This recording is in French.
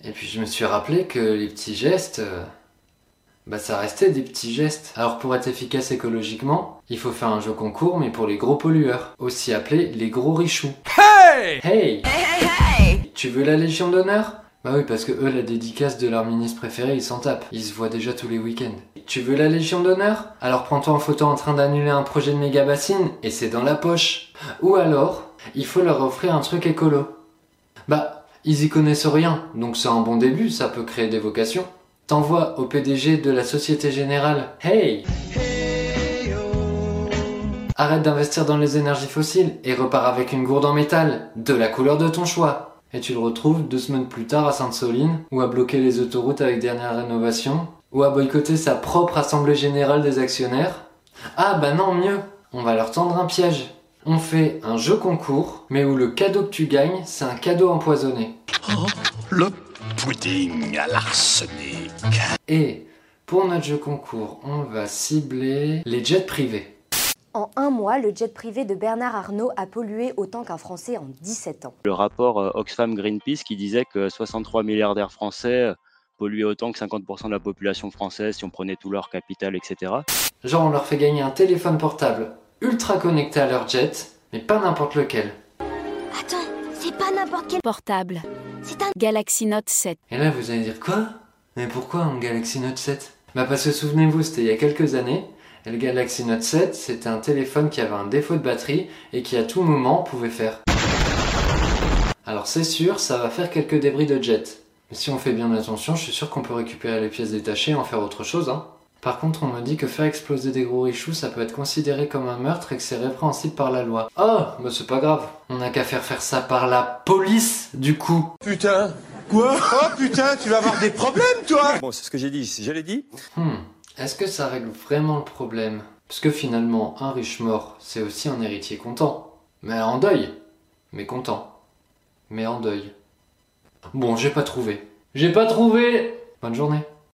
Et puis je me suis rappelé que les petits gestes, ça restait des petits gestes. Alors pour être efficace écologiquement, il faut faire un jeu concours mais pour les gros pollueurs, aussi appelés les gros richoux. Hey! Hey! Tu veux la Légion d'honneur? Bah oui, parce que eux, la dédicace de leur ministre préféré, ils s'en tapent. Ils se voient déjà tous les week-ends. Tu veux la Légion d'honneur? Alors prends-toi en photo en train d'annuler un projet de méga bassine et c'est dans la poche. Ou alors, il faut leur offrir un truc écolo. Bah, ils y connaissent rien, donc c'est un bon début, ça peut créer des vocations. T'envoies au PDG de la Société Générale. Hey! Arrête d'investir dans les énergies fossiles et repars avec une gourde en métal, de la couleur de ton choix. Et tu le retrouves 2 semaines plus tard à Sainte-Soline, ou à bloquer les autoroutes avec dernière rénovation, ou à boycotter sa propre assemblée générale des actionnaires. Ah bah non, mieux, on va leur tendre un piège. On fait un jeu concours, mais où le cadeau que tu gagnes, c'est un cadeau empoisonné. Oh, le pudding à l'arsenic. Et pour notre jeu concours, on va cibler les jets privés. En 1 mois, le jet privé de Bernard Arnault a pollué autant qu'un Français en 17 ans. Le rapport Oxfam-Greenpeace qui disait que 63 milliardaires français polluaient autant que 50% de la population française si on prenait tout leur capital, etc. Genre on leur fait gagner un téléphone portable ultra connecté à leur jet, mais pas n'importe lequel. Attends, c'est pas n'importe quel portable. C'est un Galaxy Note 7. Et là vous allez dire quoi? Mais pourquoi un Galaxy Note 7? Bah parce que souvenez-vous, c'était il y a quelques années. Et le Galaxy Note 7, c'était un téléphone qui avait un défaut de batterie et qui à tout moment pouvait faire. Alors c'est sûr, ça va faire quelques débris de jet. Mais si on fait bien attention, je suis sûr qu'on peut récupérer les pièces détachées et en faire autre chose, hein. Par contre, on me dit que faire exploser des gros richoux, ça peut être considéré comme un meurtre et que c'est répréhensible par la loi. Oh, bah c'est pas grave. On n'a qu'à faire ça par la police, du coup. Putain. Quoi? Oh putain, tu vas avoir des problèmes, toi! Bon, c'est ce que j'ai dit, je l'ai dit. Est-ce que ça règle vraiment le problème? Parce que finalement, un riche mort, c'est aussi un héritier content. Mais en deuil. Mais content. Mais en deuil. Bon, j'ai pas trouvé. Bonne journée.